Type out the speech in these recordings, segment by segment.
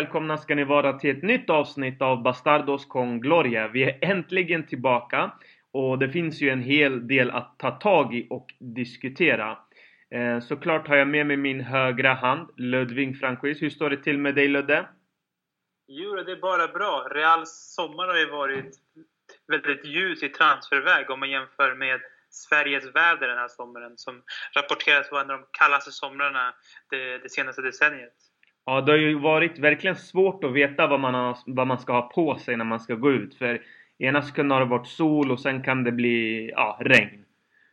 välkomna ska ni vara till ett nytt avsnitt av Bastardos con Gloria. Vi är äntligen tillbaka och det finns ju en hel del att ta tag i och diskutera. Såklart har jag med mig min högra hand, Ludvig Franquist. Hur står det till med dig, Ludde? Jo, det är bara bra. Reals sommar har ju varit väldigt ljus i transferväg om man jämför med Sveriges väder den här sommaren, som rapporteras vara en av de kallaste somrarna det senaste decenniet. Ja, det har ju varit verkligen svårt att veta vad man ska ha på sig när man ska gå ut. För ena sekunden har det varit sol och sen kan det bli regn.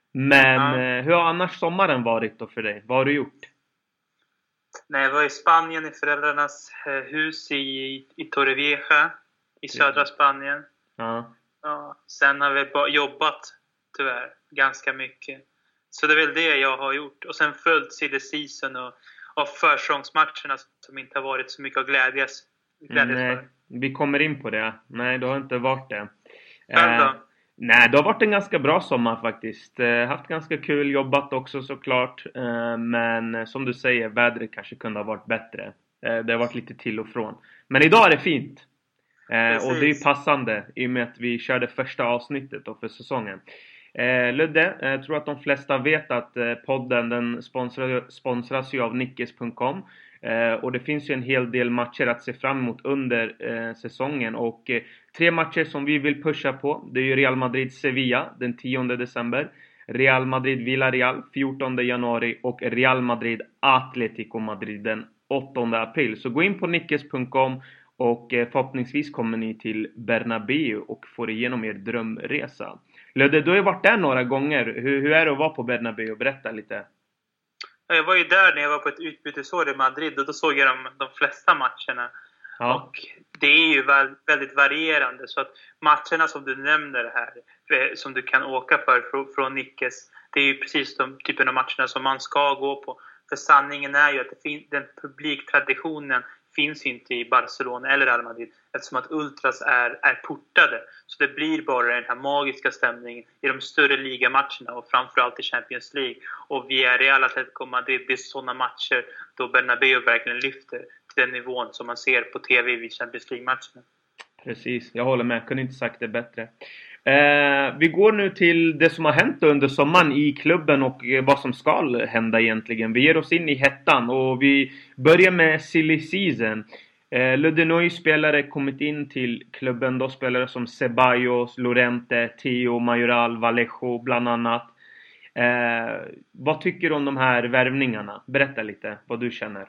Men hur har annars sommaren varit då för dig? Vad har du gjort? Nej, jag var i Spanien i föräldrarnas hus i Torrevieja i södra Spanien. Ja. Sen har vi jobbat tyvärr ganska mycket. Så det är väl det jag har gjort. Och sen följt silly season och av försäsongsmatcherna som inte har varit så mycket att glädjas Nej, för. vi kommer in på det. Nej, det har inte varit det. Själv då? Nej, det har varit en ganska bra sommar faktiskt. Haft ganska kul, jobbat också såklart. Men som du säger, vädret kanske kunde ha varit bättre. Det har varit lite till och från. Men idag är det fint. Och det är passande i och med att vi körde första avsnittet då för säsongen. Ludde, jag tror att de flesta vet att podden den sponsras ju av Nickes.com. Och det finns ju en hel del matcher att se fram emot under säsongen. Och 3 matcher som vi vill pusha på, det är ju Real Madrid-Sevilla den 10 december, Real Madrid-Villarreal 14 januari och Real Madrid-Atletico Madrid den 8 april. Så gå in på Nickes.com och förhoppningsvis kommer ni till Bernabéu och får igenom er drömresa. Ludde, du har ju varit där några gånger. Hur är det att vara på Bernabéu? Berätta lite. Jag var ju där när jag var på ett utbytesår i Madrid och då såg jag de flesta matcherna. Ja. Och det är ju väldigt varierande. Så att matcherna som du nämner här, som du kan åka för från Nickes, det är ju precis de typen av matcherna som man ska gå på. För sanningen är ju att den publiktraditionen finns inte i Barcelona eller Real Madrid, eftersom att ultras är portade. Så det blir bara den här magiska stämningen i de större ligamatcherna och framförallt i Champions League. Och via Real Atletico Madrid, det är sådana matcher då Bernabéu verkligen lyfter till den nivån som man ser på tv vid Champions League-matcherna. Precis, jag håller med. Jag kunde inte sagt det bättre. Vi går nu till det som har hänt under sommaren i klubben och vad som ska hända egentligen. Vi ger oss in i hettan och vi börjar med silly season. Ludde, nu har ju spelare kommit in till klubben då, spelare som Ceballos, Llorente, Theo, Mayoral, Vallejo bland annat. Vad tycker du om de här värvningarna? Berätta lite vad du känner.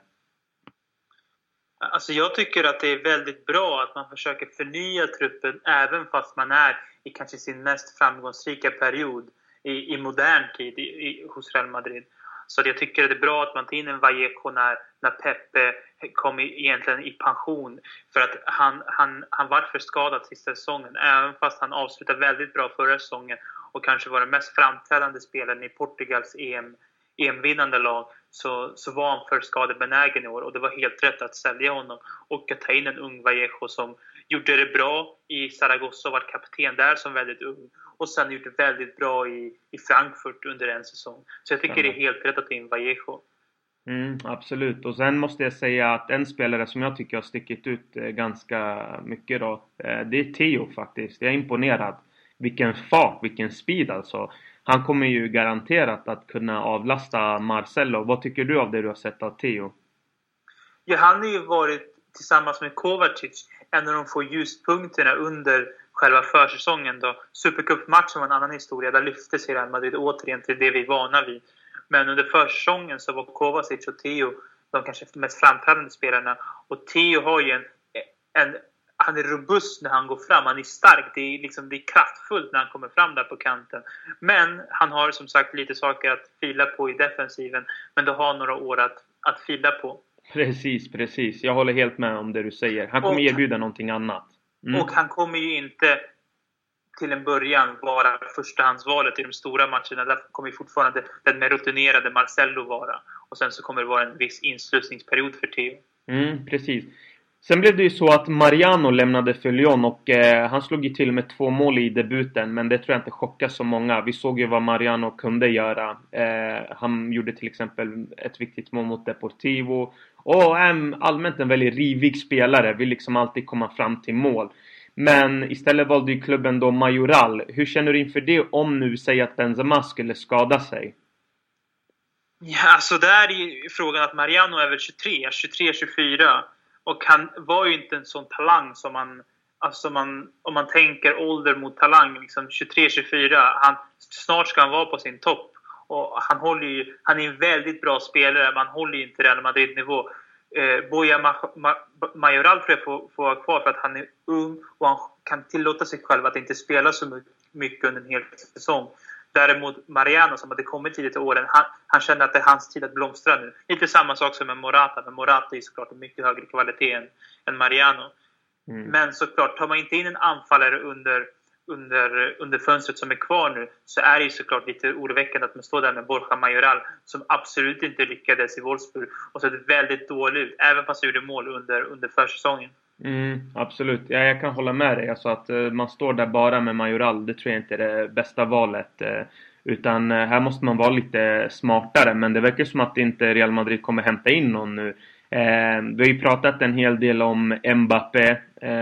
Alltså jag tycker att det är väldigt bra att man försöker förnya truppen även fast man är i kanske sin mest framgångsrika period i modern tid hos Real Madrid. Så jag tycker att det är bra att man tar in en Vallejo när Pepe kom egentligen i pension. För att han var för skadad sista säsongen. Även fast han avslutade väldigt bra förra säsongen och kanske var den mest framträdande spelaren i Portugals EM-vinnande lag, så var han för skadebenägen i år. Och det var helt rätt att sälja honom och att ta in en ung Vallejo som gjorde det bra i Zaragoza och var kapten där som väldigt ung. Och sen gjorde det väldigt bra i Frankfurt under en säsong. Så jag tycker det är helt rätt att ta in Vallejo. Absolut. Och sen måste jag säga att en spelare som jag tycker har stickit ut ganska mycket då, det är Theo faktiskt. Jag är imponerad. Vilken fart, vilken speed alltså. Han kommer ju garanterat att kunna avlasta Marcelo. Vad tycker du av det du har sett av Theo? Ja, han har ju varit tillsammans med Kovacic en av de få ljuspunkterna under själva försäsongen då. Supercup-matchen var en annan historia. Där lyfte sig Real Madrid återigen till det vi är vana vid. Men under försäsongen så var Kovacic och Theo de kanske mest framträdande spelarna. Och Theo har ju han är robust när han går fram. Han är stark. Det är kraftfullt när han kommer fram där på kanten. Men han har som sagt lite saker att fila på i defensiven. Men det har några år att fila på. Precis. Jag håller helt med om det du säger. Han kommer erbjuda någonting annat. Och han kommer ju inte till en början vara förstahandsvalet i de stora matcherna. Där kommer fortfarande den mer rutinerade Marcelo vara. Och sen så kommer det vara en viss inslussningsperiod för Theo. Precis. Sen blev det ju så att Mariano lämnade för Lyon och han slog ju till med 2 mål i debuten. Men det tror jag inte chockar så många. Vi såg ju vad Mariano kunde göra. Han gjorde till exempel ett viktigt mål mot Deportivo. Och är allmänt en väldigt rivig spelare. Vill liksom alltid komma fram till mål. Men istället valde ju klubben då Majoral. Hur känner du inför det om nu säger att Benzema skulle skada sig? Ja, alltså där är ju frågan att Mariano är väl 23-24. Och han var ju inte en sån talang som man... Alltså om man tänker ålder mot talang, liksom 23-24. Snart ska han vara på sin topp. Och han är en väldigt bra spelare. Man håller ju inte Real Madrid-nivå. Boja Majoral tror jag får vara kvar för att han är ung. Och han kan tillåta sig själv att inte spela så mycket under en hel säsong. Däremot Mariano som hade kommit tidigt i åren, han känner att det är hans tid att blomstra nu. Lite samma sak som med Morata. Men Morata är såklart en mycket högre kvalitet än Mariano. Men såklart, tar man inte in en anfallare under fönstret som är kvar nu, så är det ju såklart lite oroväckande att man står där med Borja Majoral som absolut inte lyckades i Wolfsburg och så är det väldigt dåligt ut, även fast han gjorde mål under försäsongen. Absolut, ja, jag kan hålla med dig. Alltså att man står där bara med Majoral, det tror jag inte är det bästa valet. Utan här måste man vara lite smartare. Men det verkar som att inte Real Madrid kommer hämta in någon nu. Vi har ju pratat en hel del om Mbappé.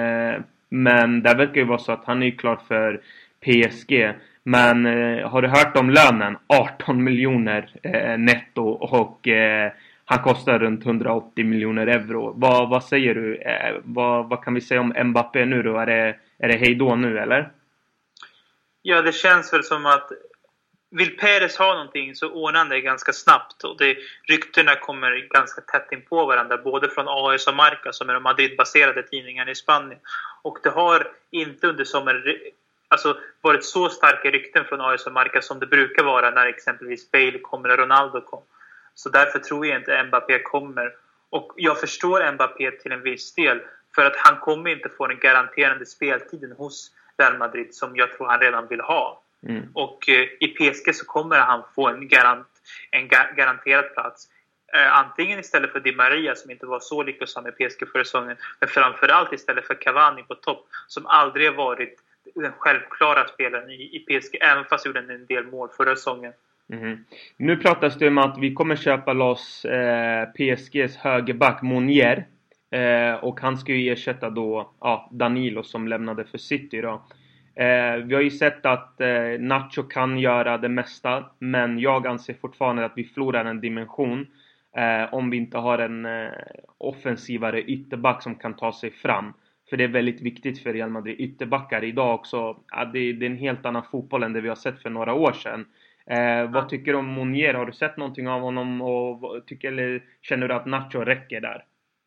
Men det verkar ju vara så att han är klar för PSG. Men har du hört om lönen? 18 miljoner netto och han kostar runt 180 miljoner euro. Vad säger du? Vad kan vi säga om Mbappé nu då? Är det hejdå nu eller? Ja, det känns väl som att vill Perez ha någonting så ordnar han det ganska snabbt. Och ryktena kommer ganska tätt in på varandra. Både från AS och Marca som är de Madrid-baserade tidningarna i Spanien. Och det har inte under sommaren varit så starka rykten från AS och Marca som det brukar vara när exempelvis Bale kommer och Ronaldo kom. Så därför tror jag inte Mbappé kommer. Och jag förstår Mbappé till en viss del. För att han kommer inte få den garanterade speltiden hos Real Madrid som jag tror han redan vill ha. Och i PSG så kommer han få en garanterad plats. Antingen istället för Di Maria som inte var så lyckosam i PSG förra säsongen. Men framförallt istället för Cavani på topp. Som aldrig har varit den självklara spelaren i PSG. Även fast gjorde en del mål förra säsongen. Nu pratas det om att vi kommer köpa loss PSGs högerback Monier. Och han ska ju ersätta då Danilo som lämnade för City då. Vi har ju sett att Nacho kan göra det mesta. Men jag anser fortfarande att vi förlorar en dimension. Om vi inte har en offensivare ytterback som kan ta sig fram. För det är väldigt viktigt för Real Madrid. Ytterbackar idag också. Det är en helt annan fotboll än det vi har sett för några år sedan. Vad tycker du om Monier? Har du sett någonting av honom? Och känner du att Nacho räcker där?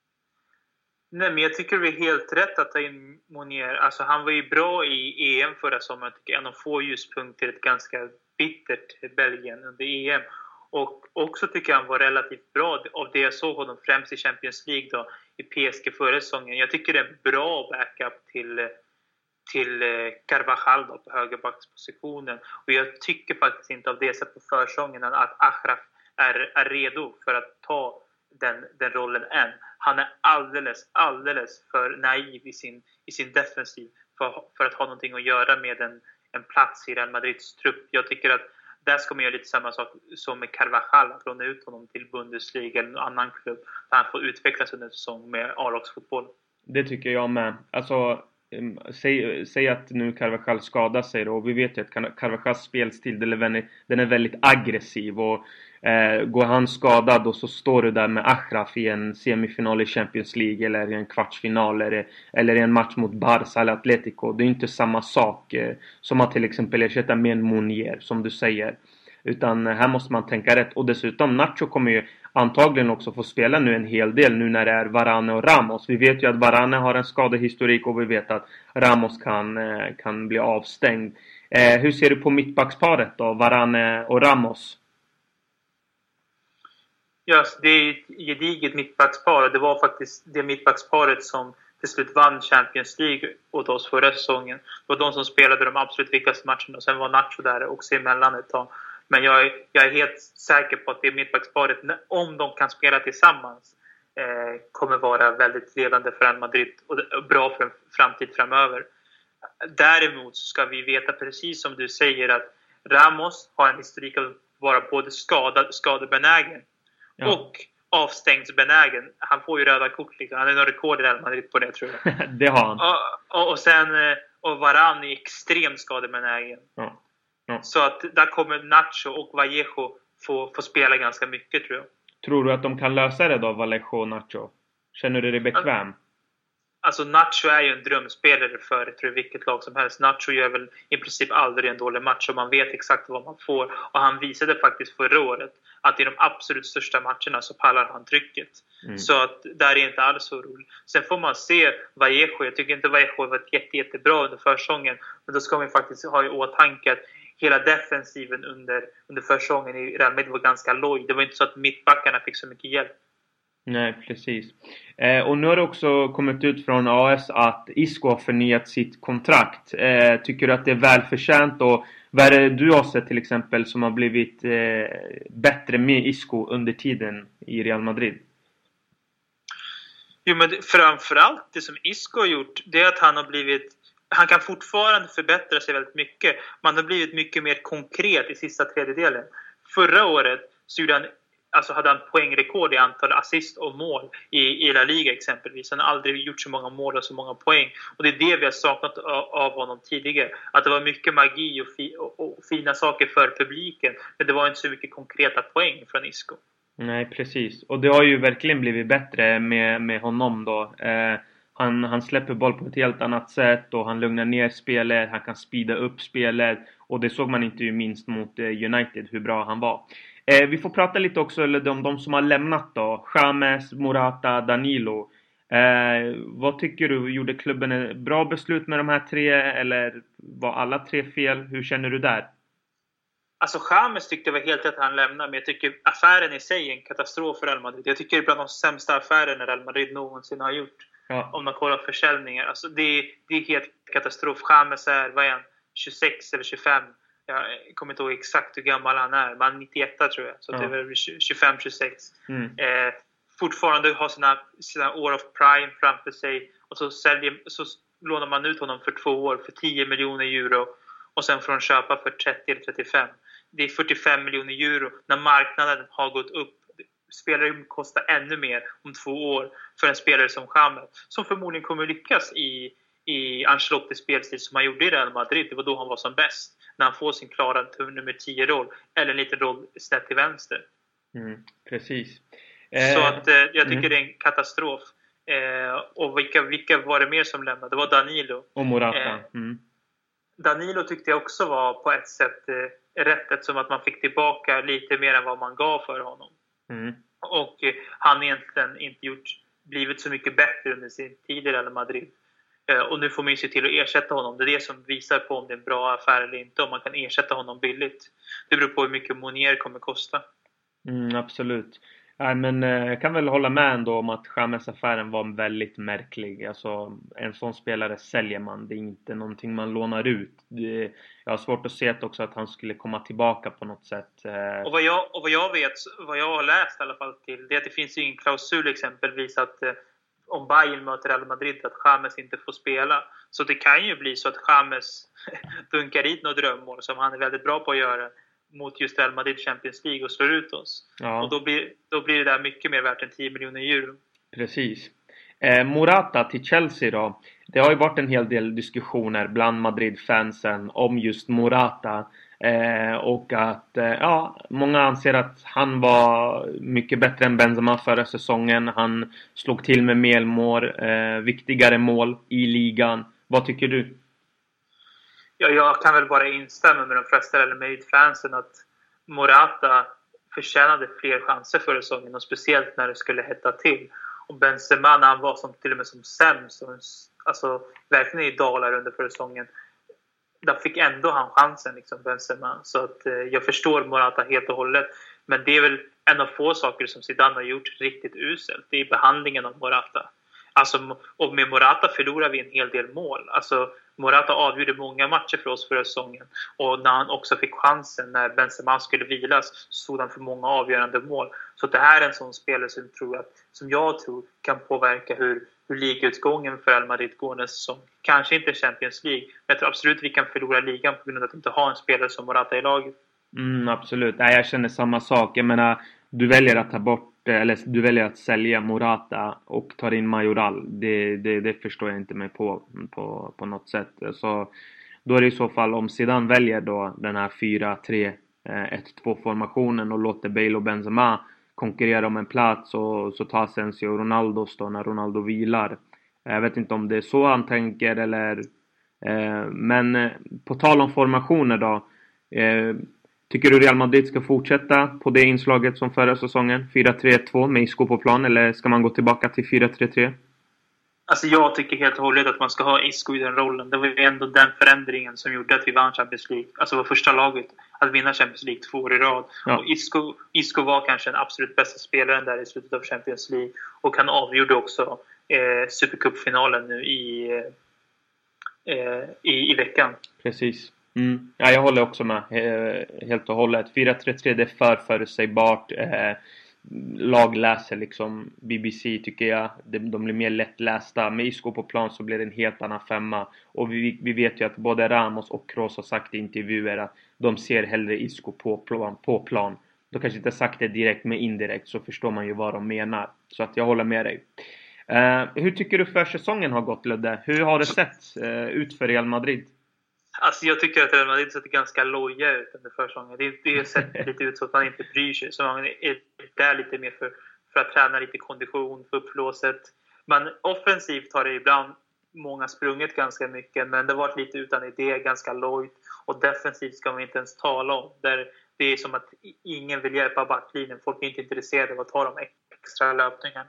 Nej, men jag tycker det är helt rätt att ta in Monier. Alltså han var ju bra i EM förra sommaren. Jag tycker en av få ljuspunkter, ett ganska bittert Belgien under EM. Och också tycker jag han var relativt bra av det jag såg honom främst i Champions League då, i PSG förra säsongen. Jag tycker det är en bra backup till Carvajal då, på högerbackspositionen. Och jag tycker faktiskt inte av det sätt på försången att Achraf är redo för att ta den rollen än. Han är alldeles för naiv i sin defensiv för att ha någonting att göra med en plats i Real Madrids trupp. Jag tycker att där ska man göra lite samma sak som med Carvajal, att låna ut honom till Bundesliga eller någon annan klubb där han får utvecklas under en säsong med A-lagsfotboll. Det tycker jag med. Alltså, säg att nu Carvajal skadar sig då, och vi vet ju att Carvajals spelstil den är väldigt aggressiv och går han skadad och så står du där med Achraf i en semifinal i Champions League eller i en kvartsfinal eller i en match mot Barça eller Atletico. Det är inte samma sak som att till exempel ersätta med en Monier som du säger. Utan här måste man tänka rätt. Och dessutom Nacho kommer ju antagligen också få spela nu en hel del nu när det är Varane och Ramos. Vi vet ju att Varane har en skadehistorik och vi vet att Ramos kan bli avstängd. Hur ser du på mittbacksparet då? Varane och Ramos? Ja, det är ett gediget mittbackspar. Det var faktiskt det mittbacksparet som till slut vann Champions League åt oss förra säsongen. Det var de som spelade de absolut viktigaste matcherna. Och sen var Nacho där också emellan ett tag. Men jag är helt säker på att det mittbacksparet, om de kan spela tillsammans, kommer vara väldigt ledande för Real Madrid och bra för en framtid framöver. Däremot så ska vi veta, precis som du säger, att Ramos har en historik av att vara både skadebenägen. Ja. Och avstängsbenägen. Han får ju röda kort liksom. Han är nog rekord i Real Madrid på det, tror jag. Det har han. Och sen och Varane är extremt skadebenägen. Ja. Ja. Så att där kommer Nacho och Vallejo få spela ganska mycket, tror jag. Tror du att de kan lösa det då, Vallejo och Nacho? Känner du dig bekväm? Alltså Nacho är ju en drömspelare för, jag tror, vilket lag som helst. Nacho gör väl i princip aldrig en dålig match och man vet exakt vad man får. Och han visade faktiskt förra året att i de absolut största matcherna så pallar han trycket. Så att där är inte alls så roligt. Sen får man se Vallejo. Jag tycker inte Vallejo var jättebra under försäsongen. Men då ska man faktiskt ha i åtanke att hela defensiven under försäsongen i Real Madrid var ganska låg. Det var inte så att mittbackarna fick så mycket hjälp. Nej, precis. Och nu har det också kommit ut från AS att Isco har förnyat sitt kontrakt. Tycker du att det är välförtjänt? Och vad är det du har sett till exempel som har blivit bättre med Isco under tiden i Real Madrid? Jo, men framförallt det som Isco har gjort, det är att han kan fortfarande förbättra sig väldigt mycket. Man har blivit mycket mer konkret i sista tredjedelen. Förra året så hade han poängrekord i antal assist och mål i La Liga exempelvis. Han har aldrig gjort så många mål och så många poäng. Och det är det vi har saknat av honom tidigare. Att det var mycket magi och fina saker för publiken. Men det var inte så mycket konkreta poäng från Isco. Nej, precis. Och det har ju verkligen blivit bättre med honom då. Han släpper boll på ett helt annat sätt och han lugnar ner spelet. Han kan speeda upp spelet. Och det såg man inte minst mot United, hur bra han var. Vi får prata lite också om de som har lämnat då. James, Morata, Danilo. Vad tycker du? Gjorde klubben ett bra beslut med de här tre? Eller var alla tre fel? Hur känner du där? Alltså James tyckte jag var helt rätt att han lämnade. Men jag tycker affären i sig är en katastrof för Real Madrid. Jag tycker det är bland de sämsta affärerna Real Madrid någonsin har gjort. Ja. Om man kollar försäljningar. Alltså det är helt katastrof. James är, vad är han? 26 eller 25. Jag kommer inte ihåg exakt hur gammal han är. Men 91 tror jag. Så det är väl 25-26. Fortfarande har sina år of prime framför sig. Och så lånar man ut honom för 2 år för 10 miljoner euro. Och sen får de köpa för 30 eller 35. Det är 45 miljoner euro när marknaden har gått upp. Spelare kostar ännu mer om 2 år för en spelare som James. Som förmodligen kommer lyckas i Ancelottis spelstil som han gjorde i Real Madrid. Det var då han var som bäst. När han får sin klara nummer 10-roll. Eller en liten roll snett till vänster. Precis. Så att jag tycker det är en katastrof. Och vilka var det mer som lämnade? Det var Danilo. Och Morata. Danilo tyckte jag också var på ett sätt rätt. Som att man fick tillbaka lite mer än vad man gav för honom. Och han egentligen inte blivit så mycket bättre under sin tid i Real Madrid. Och nu får man ju se till att ersätta honom. Det är det som visar på om det är en bra affär eller inte. Om man kan ersätta honom billigt. Det beror på hur mycket Monier kommer kosta. Absolut. Nej, men jag kan väl hålla med ändå om att James-affären var väldigt märklig. Alltså, en sån spelare säljer man. Det är inte någonting man lånar ut. Jag har svårt att se att också att han skulle komma tillbaka på något sätt. Och vad jag vet, vad jag har läst i alla fall till, det är att det finns ju en klausul exempelvis att om Bayern möter Real Madrid att James inte får spela. Så det kan ju bli så att James dunkar dit något drömmål som han är väldigt bra på att göra mot just Real Madrid Champions League och slår ut oss. Ja. Och då blir det där mycket mer värt än 10 miljoner euro. Precis. Morata till Chelsea då. Det har ju varit en hel del diskussioner bland Madrid-fansen om just Morata. Och att många anser att han var mycket bättre än Benzema förra säsongen. Han slog till med mer mål, viktigare mål i ligan. Vad tycker du? Ja, jag kan väl bara instämma med de flesta eller Madrid-fansen att Morata förtjänade fler chanser förra säsongen och speciellt när det skulle hetta till. Och Benzema när han var till och med som sämst, alltså verkligen i dalar under förra säsongen. Där fick ändå han chansen liksom, Benzema. Så att jag förstår Morata helt och hållet. Men det är väl en av få saker som Zidane har gjort riktigt uselt. Det är behandlingen av Morata. Alltså, och med Morata förlorar vi en hel del mål. Alltså, Morata avgjorde många matcher för oss förra säsongen. Och när han också fick chansen när Benzema skulle vilas så stod han för många avgörande mål. Så det här är en sån spelare som jag tror kan påverka hur ligautgången för Real Madrid går nästa säsong. Kanske inte Champions League, men jag tror absolut vi kan förlora ligan på grund av att inte ha en spelare som Morata i laget. Absolut. Nej, jag känner samma sak. Jag menar, du väljer att ta bort eller du väljer att sälja Morata och tar in Majoral. Det förstår jag inte mig på något sätt. Så då är det i så fall om Zidane väljer då den här 4-3-1-2 formationen och låter Bale och Benzema konkurrera om en plats, och så tar Asensio och Ronaldo då när Ronaldo vilar. Jag vet inte om det är så han tänker eller men på tal om formationer då, tycker du Real Madrid ska fortsätta på det inslaget som förra säsongen 4-3-2 med Isco på plan, eller ska man gå tillbaka till 4-3-3? Alltså jag tycker helt och hållet att man ska ha Isco i den rollen. Det var ju ändå den förändringen som gjorde att vi vann Champions League. Alltså var första laget att vinna Champions League 2 år i rad. Ja. Och Isco var kanske den absolut bästa spelaren där i slutet av Champions League. Och han avgjorde också Supercup-finalen nu i veckan. Precis. Ja, jag håller också med helt och hållet. 4-3-3 det är förutsägbart. Lag läser liksom BBC tycker jag. De blir mer lättlästa. Med Isco på plan så blir det en helt annan femma. Och vi vet ju att både Ramos och Kroos har sagt i intervjuer att de ser hellre Isco på plan. De kanske inte har sagt det direkt men indirekt, så förstår man ju vad de menar. Så att jag håller med dig. Hur tycker du försäsongen har gått, Ludde? Hur har det sett ut för Real Madrid? Alltså jag tycker att Real Madrid sett ganska loja ut under försäsongen. Det har sett lite ut så att man inte bryr sig. Så man är där lite mer för att träna lite kondition, för uppblåset. Men offensivt har det ibland många sprungit ganska mycket. Men det har varit lite utan idé, ganska lojt. Och defensivt ska man inte ens tala om. Där det är som att ingen vill hjälpa backlinjen. Folk är inte intresserade av att ta de extra löpningarna.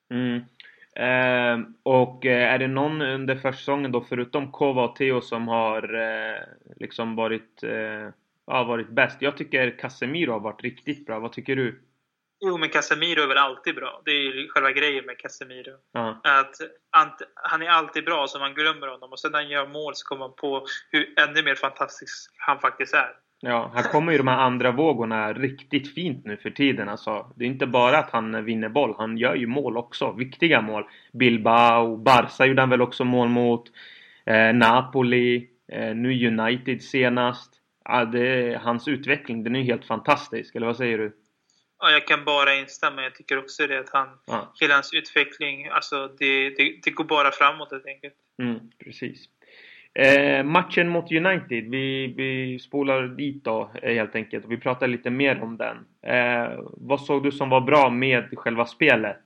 Och är det någon under försäsongen då förutom Kova och Theo som har liksom varit bäst? Jag tycker Casemiro har varit riktigt bra. Vad tycker du? Jo, men Casemiro är väl alltid bra. Det är själva grejen med Casemiro. Att han är alltid bra, så man glömmer honom. Och sen när han gör mål så kommer man på hur ännu mer fantastisk han faktiskt är. Ja, han kommer ju de här andra vågorna riktigt fint nu för tiden. Alltså, det är inte bara att han vinner boll. Han gör ju mål också. Viktiga mål. Bilbao, Barca gjorde han väl också mål mot. Napoli. Nu United senast. Ja, hans utveckling, den är helt fantastisk. Eller vad säger du? Ja, jag kan bara instämma. Jag tycker också det att hela hans utveckling, alltså det går bara framåt helt enkelt. Precis. Matchen mot United, vi spolar dit då helt enkelt, och vi pratar lite mer om den. Vad såg du som var bra med själva spelet?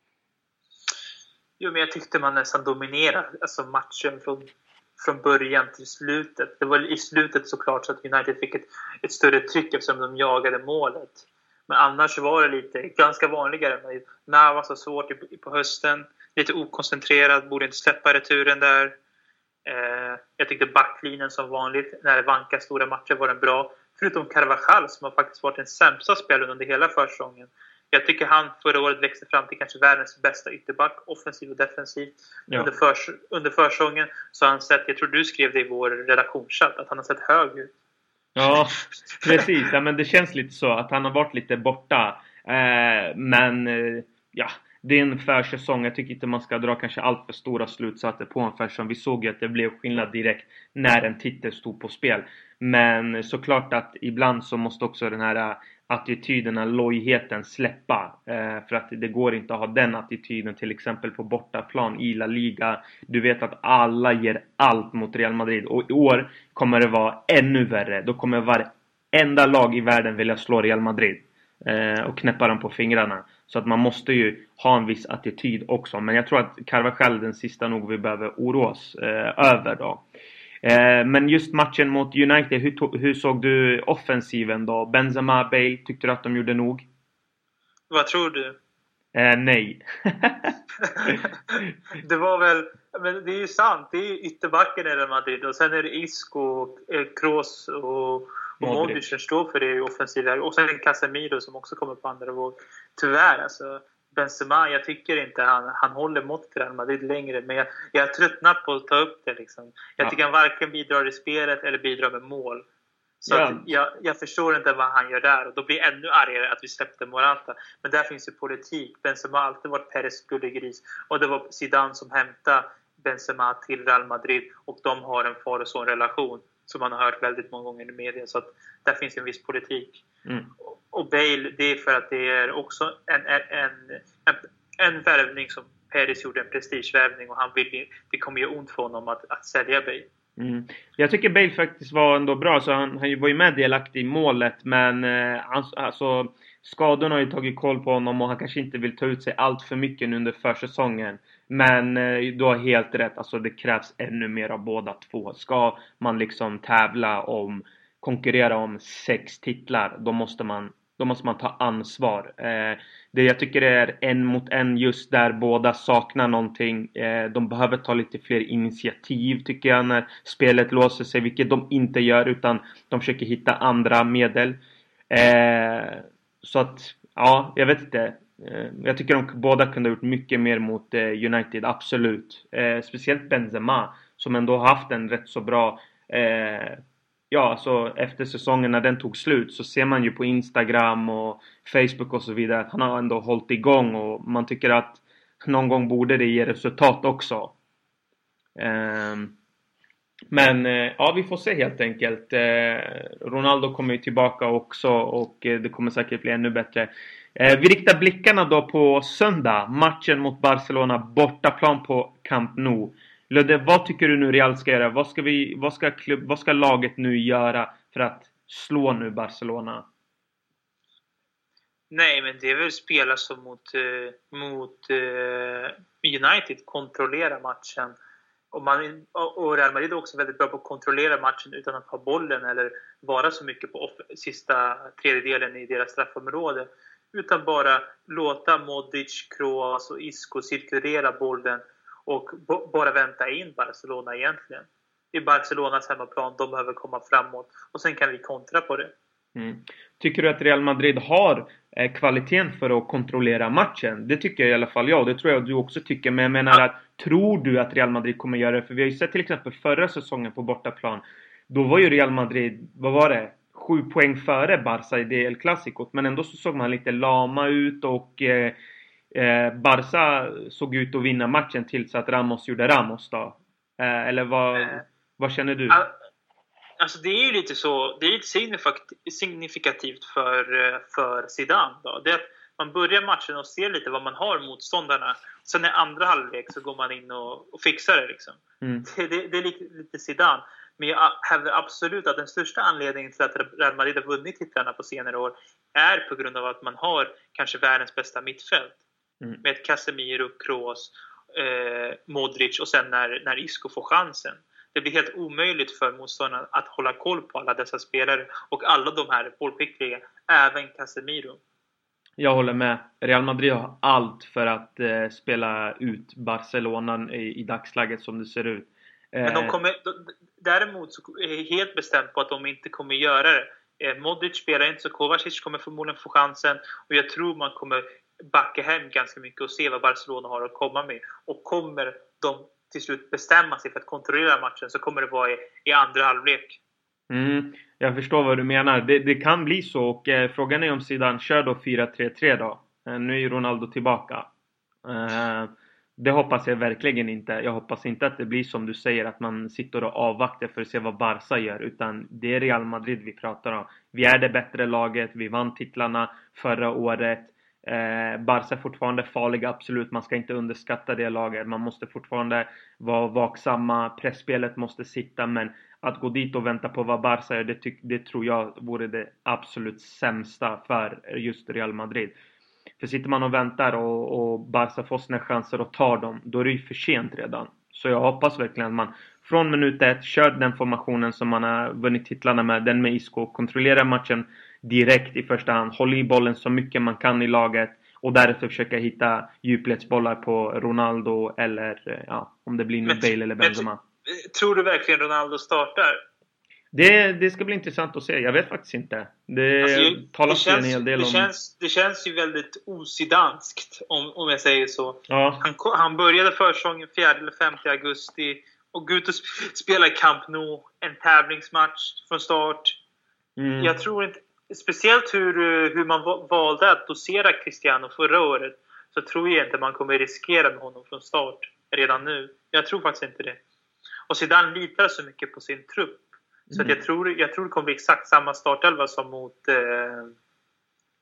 Jo, men jag tyckte man nästan dominerade alltså matchen från början till slutet. Det var i slutet såklart så att United fick ett större tryck eftersom de jagade målet. Men annars var det ganska vanligare. När var så svårt på hösten, lite okoncentrerad, borde inte släppa returen där. Jag tyckte backlinjen som vanligt när det vankar stora matcher var den bra. Förutom Carvajal som har faktiskt varit den sämsta spelaren under hela försäsongen. Jag tycker han förra året växte fram till kanske världens bästa ytterback, offensiv och defensiv. Ja. Under försäsongen så har han sett, jag tror du skrev det i vår redaktionschatt, att han har sett hög ut. Ja, precis. Ja, men det känns lite så att han har varit lite borta. Men ja, det är en försäsong. Jag tycker inte man ska dra kanske allt för stora slutsatser på en försäsong. Vi såg ju att det blev skillnad direkt när en titel stod på spel. Men såklart att ibland så måste också den här attityden, lojheten släppa. För att det går inte att ha den attityden till exempel på bortaplan i La Liga. Du vet att alla ger allt mot Real Madrid. Och i år kommer det vara ännu värre. Då kommer varenda lag i världen vilja slå Real Madrid. Och knäppa dem på fingrarna. Så att man måste ju ha en viss attityd också. Men jag tror att Carvajal den sista nog vi behöver oroa oss över då. Men just matchen mot United, hur såg du offensiven då? Benzema, Bale, tyckte du att de gjorde nog? Vad tror du? Nej. Det var väl, men det är ju sant. Det är ytterbacken i Real Madrid. Och sen är det Isco, Kroos och Modric står för det i offensiven. Och sen är det Casemiro som också kommer på andra våg. Tyvärr alltså. Benzema, jag tycker inte han håller mått till Real Madrid längre. Men jag har tröttnat på att ta upp det liksom. Jag tycker han varken bidrar i spelet eller bidrar med mål. Så att jag förstår inte vad han gör där. Och då blir jag ännu argare att vi släppte Morata. Men där finns ju politik. Benzema har alltid varit Peres gullegris. Och det var Zidane som hämtade Benzema till Real Madrid. Och de har en far och son relation som man har hört väldigt många gånger i media. Så att där finns en viss politik. Och Bale, det är för att det är också en värvning som Perez gjorde, en prestigevärvning, och det kommer ju ont för honom att sälja Bale. Jag tycker Bale faktiskt var ändå bra, så han var ju med delaktig i målet, men alltså skadorna har ju tagit koll på honom och han kanske inte vill ta ut sig allt för mycket nu under försäsongen. Men du har helt rätt, alltså det krävs ännu mer av båda två. Ska man liksom konkurrera om 6 titlar, då måste man ta ansvar. Det jag tycker är 1 mot 1 just där båda saknar någonting. De behöver ta lite fler initiativ tycker jag när spelet låser sig, vilket de inte gör, utan de försöker hitta andra medel. Så att, ja, jag vet inte. Jag tycker de båda kunde ha gjort mycket mer mot United, absolut. Speciellt Benzema, som ändå haft en rätt så bra... Ja, så efter säsongen när den tog slut så ser man ju på Instagram och Facebook och så vidare att han har ändå hållit igång, och man tycker att någon gång borde det ge resultat också. Men ja, vi får se helt enkelt. Ronaldo kommer ju tillbaka också och det kommer säkert bli ännu bättre. Vi riktar blickarna då på söndag, matchen mot Barcelona, bortaplan på Camp Nou. Ludde, vad tycker du nu Real ska göra? Vad ska laget nu göra för att slå nu Barcelona? Nej, men det är väl spela som mot United, kontrollera matchen. Och Real Madrid är också väldigt bra på att kontrollera matchen utan att ha bollen eller vara så mycket på sista tredjedelen i deras straffområde. Utan bara låta Modric, Kroos och Isco cirkulera bollen och bara vänta in Barcelona egentligen. I Barcelonas hemmaplan, de behöver komma framåt. Och sen kan vi kontra på det. Tycker du att Real Madrid har kvaliteten för att kontrollera matchen? Det tycker jag i alla fall jag. Det tror jag du också tycker. Men jag menar att, tror du att Real Madrid kommer göra det? För vi har ju sett till exempel förra säsongen på bortaplan. Då var ju Real Madrid, 7 poäng före Barca i DL Clásicot. Men ändå så såg man lite lama ut och... Barca såg ut att vinna matchen tills att Ramos gjorde Ramos då. Eller vad känner du? Alltså det är ju lite så, det är lite signifikativt för Zidane då. Det är att man börjar matchen och ser lite vad man har motståndarna. Sen i andra halvlek så går man in och fixar det liksom. Det är lite Zidane. Men jag hävdar absolut att den största anledningen till att Real Madrid har vunnit titlarna på senare år är på grund av att man har kanske världens bästa mittfält. Med Casemiro, Kroos, Modric och sen när Isco får chansen. Det blir helt omöjligt för motståndarna att hålla koll på alla dessa spelare. Och alla de här bollskickliga, även Casemiro. Jag håller med. Real Madrid har allt för att spela ut Barcelona i dagsläget som det ser ut. Men däremot så är jag helt bestämt på att de inte kommer göra det. Modric spelar inte, så Kovacic kommer förmodligen få chansen. Och jag tror man kommer backa hem ganska mycket och se vad Barcelona har att komma med. Och kommer de till slut bestämma sig för att kontrollera matchen, så kommer det vara i andra halvlek. Jag förstår vad du menar. Det kan bli så, och frågan är om Zidane kör då 4-3-3 då. Nu är ju Ronaldo tillbaka. Det hoppas jag verkligen inte. Jag hoppas inte att det blir som du säger, att man sitter och avvaktar för att se vad Barca gör. Utan det är Real Madrid vi pratar om. Vi är det bättre laget. Vi vann titlarna förra året. Barca är fortfarande farliga, absolut. Man ska inte underskatta det laget. Man måste fortfarande vara vaksamma. Pressspelet måste sitta. Men att gå dit och vänta på vad Barca gör, det tror jag vore det absolut sämsta för just Real Madrid. För sitter man och väntar och Barca får sina chanser och tar dem, då är det ju för sent redan. Så jag hoppas verkligen att man från minut 1 kör den formationen som man har vunnit titlarna med, den med Isco, kontrollerar matchen direkt i första hand, håller i bollen så mycket man kan i laget och därefter försöka hitta djupledsbollar på Ronaldo eller om det blir nu Bale eller Benzema. Tror du verkligen Ronaldo startar? Det ska bli intressant att se. Jag vet faktiskt inte. Det känns ju väldigt osidanskt om jag säger så. Ja. Han började försäsongen 4 eller 5 augusti och gå ut och spela i Camp Nou, en tävlingsmatch från start. Jag tror inte, speciellt hur man valde att dosera Cristiano förra året, så tror jag inte man kommer riskera med honom från start redan nu. Jag tror faktiskt inte det. Och Zidane litar så mycket på sin trupp. Så att jag tror det kommer bli exakt samma startelva som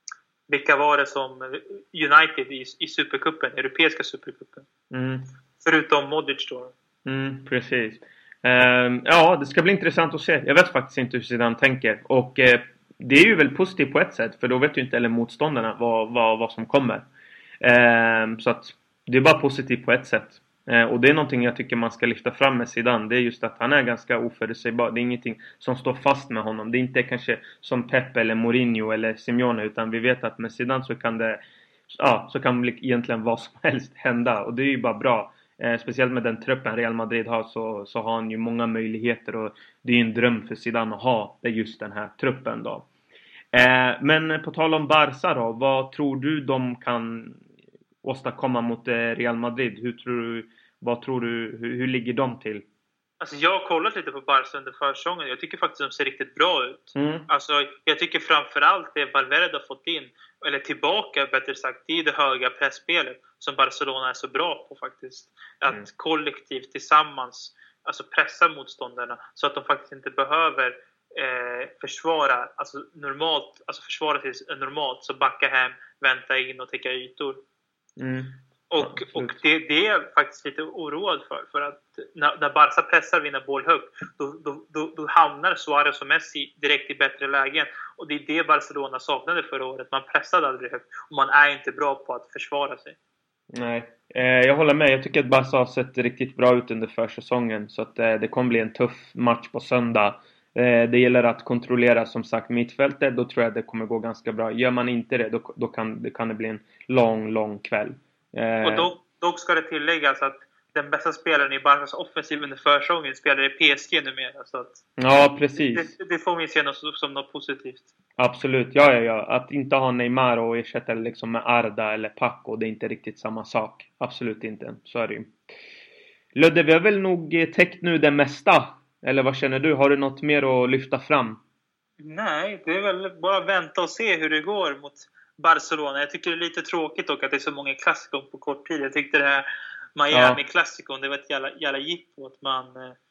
vilka var det som United i Supercupen, europeiska Supercupen. Förutom Modric då. Precis. Ja, det ska bli intressant att se. Jag vet faktiskt inte hur Zidane tänker. Och det är ju väl positivt på ett sätt. För då vet ju inte heller motståndarna vad som kommer. Så att det är bara positivt på ett sätt. Och det är någonting jag tycker man ska lyfta fram med Zidane. Det är just att han är ganska oförutsägbar. Det är ingenting som står fast med honom. Det är inte kanske som Pep eller Mourinho eller Simeone. Utan vi vet att med Zidane så kan det... Ja, så kan egentligen vad som helst hända. Och det är ju bara bra. Speciellt med den truppen Real Madrid har så har han ju många möjligheter. Och det är en dröm för Zidane att ha just den här truppen då. Men på tal om Barca då. Vad tror du de kan åstadkomma mot Real Madrid? Hur ligger de till? Alltså jag har kollat lite på Barca under försäsongen. Jag tycker faktiskt de ser riktigt bra ut. Alltså jag tycker framförallt det Valverde har fått in, eller tillbaka bättre sagt, det är det höga pressspelet som Barcelona är så bra på faktiskt. Att kollektivt tillsammans alltså pressa motståndarna så att de faktiskt inte behöver försvara försvara sig normalt, så backa hem, vänta in och täcka ytor. Och det är jag faktiskt lite oroad för att när Barca pressar vinner boll högt då hamnar Suarez och Messi direkt i bättre lägen, och det är det Barcelona saknade förra året. Man pressade aldrig högt och man är inte bra på att försvara sig. Nej, jag håller med. Jag tycker att Barca har sett riktigt bra ut under försäsongen, så att det kommer bli en tuff match på söndag. Det gäller att kontrollera som sagt mittfältet. Då tror jag det kommer gå ganska bra. Gör man inte det, då kan det bli en lång kväll. Och dock ska det tilläggas att den bästa spelaren i Barcas offensiv under försäsongen spelar i PSG numera. Så att ja, precis. Det får vi se som något positivt. Absolut, ja. Att inte ha Neymar och ersätta liksom med Arda eller Paco, det är inte riktigt samma sak. Absolut inte, så är det ju. Ludde, vi har väl nog täckt nu det mesta. Eller vad känner du? Har du något mer att lyfta fram? Nej, det är väl bara vänta och se hur det går mot Barcelona. Jag tycker det är lite tråkigt dock att det är så många klassikon på kort tid. Jag tyckte det här Miami-klassikon, det var ett jävla jippo att man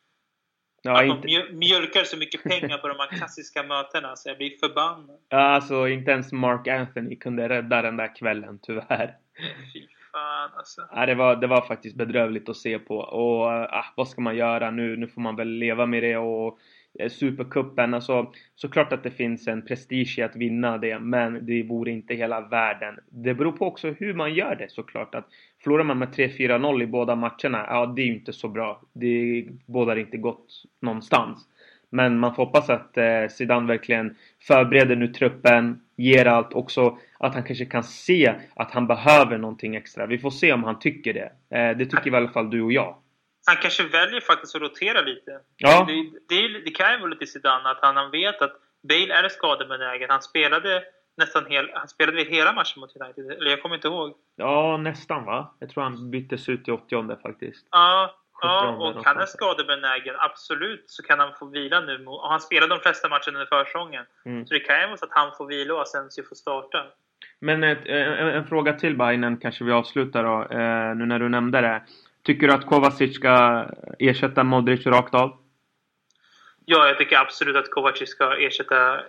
mjölkar så mycket pengar på de här klassiska mötena, så jag blir förbannad. Ja, alltså inte ens Mark Anthony kunde rädda den där kvällen, tyvärr. Fy fan alltså. Ja, det var faktiskt bedrövligt att se på. Och vad ska man göra nu? Nu får man väl leva med det. Och Supercupen, alltså, såklart att det finns en prestige i att vinna det, men det vore inte hela världen. Det beror på också hur man gör det, såklart. Att förlorar man med 3-4-0 i båda matcherna, ja, det är ju inte så bra. Det bådar inte gott någonstans. Men man får hoppas att Zidane verkligen förbereder nu truppen, ger allt, också att han kanske kan se att han behöver någonting extra. Vi får se om han tycker det. Det tycker i alla fall du och jag. Han kanske väljer faktiskt att rotera lite. Ja. Det kan ju vara lite Zidane att han vet att Bale är skadebenägen. Han spelade hela matchen mot United. Eller jag kommer inte ihåg. Ja, nästan va? Jag tror han byttes ut i 80:e faktiskt. Ja, och han är skadebenägen. Absolut, så kan han få vila nu. Och han spelade de flesta matcherna under försäsongen. Så det kan ju vara så att han får vila och sen så får starta. Men en fråga till bara innan kanske vi avslutar då. Nu när du nämnde det. Tycker du att Kovacic ska ersätta Modric rakt av? Ja, jag tycker absolut att Kovacic ska ersätta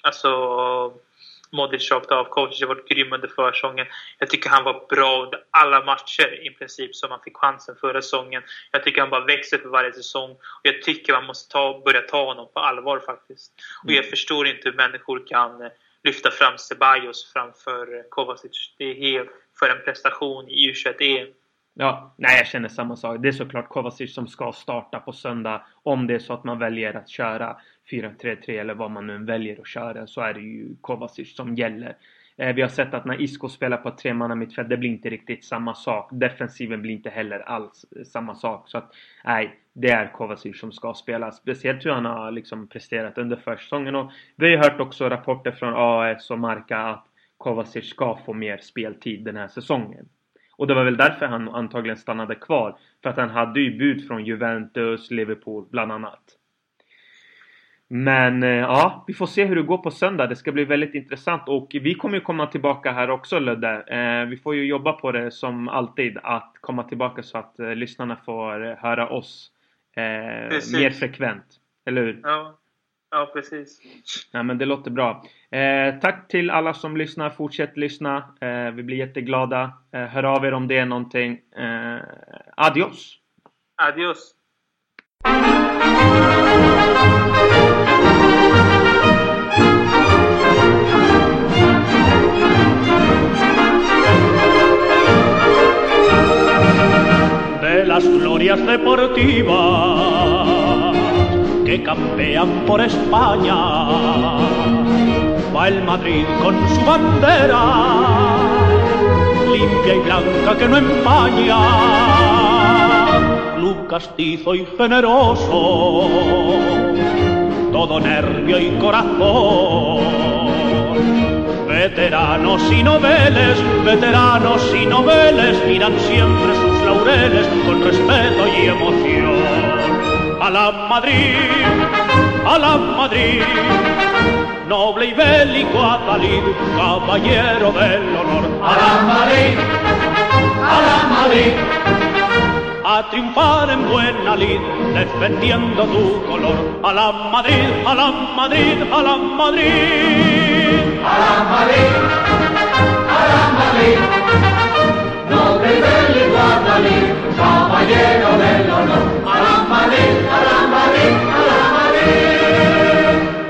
Modric rakt av. Kovacic har varit grym under försäsongen. Jag tycker han var bra under alla matcher i princip som han fick chansen förra säsongen. Jag tycker han bara växer för varje säsong. Och jag tycker man måste börja ta honom på allvar faktiskt. Och jag förstår inte hur människor kan lyfta fram Ceballos framför Kovacic. Det är helt för en prestation i U21-EM. Ja, nej, jag känner samma sak. Det är såklart Kovacic som ska starta på söndag. Om det är så att man väljer att köra 4-3-3 eller vad man nu väljer att köra, så är det ju Kovacic som gäller. Vi har sett att när Isco spelar på 3-manna mittfält, det blir inte riktigt samma sak. Defensiven blir inte heller alls samma sak. Så att nej, det är Kovacic som ska spela. Speciellt hur han har liksom presterat under försäsongen. Och vi har ju hört också rapporter från AS och Marca att Kovacic ska få mer speltid den här säsongen. Och det var väl därför han antagligen stannade kvar. För att han hade ju bud från Juventus, Liverpool bland annat. Men ja, vi får se hur det går på söndag. Det ska bli väldigt intressant. Och vi kommer ju komma tillbaka här också, Ludde. Vi får ju jobba på det som alltid. Att komma tillbaka så att lyssnarna får höra oss mer frekvent. Eller hur? Ja. Ja, precis. Ja, men det låter bra. Tack till alla som lyssnar. Fortsätt lyssna. Vi blir jätteglada. Hör av er om det är någonting. Adios. Adios. De las glorias deportivas que campean por España, va el Madrid con su bandera, limpia y blanca que no empaña, club castizo y generoso, todo nervio y corazón. Veteranos y noveles miran siempre sus laureles con respeto y emoción. A la Madrid, noble y bélico Adalid, caballero del honor. A la Madrid, a triunfar en buena lid, defendiendo tu color. A la Madrid, a la Madrid, a la Madrid. A la Madrid.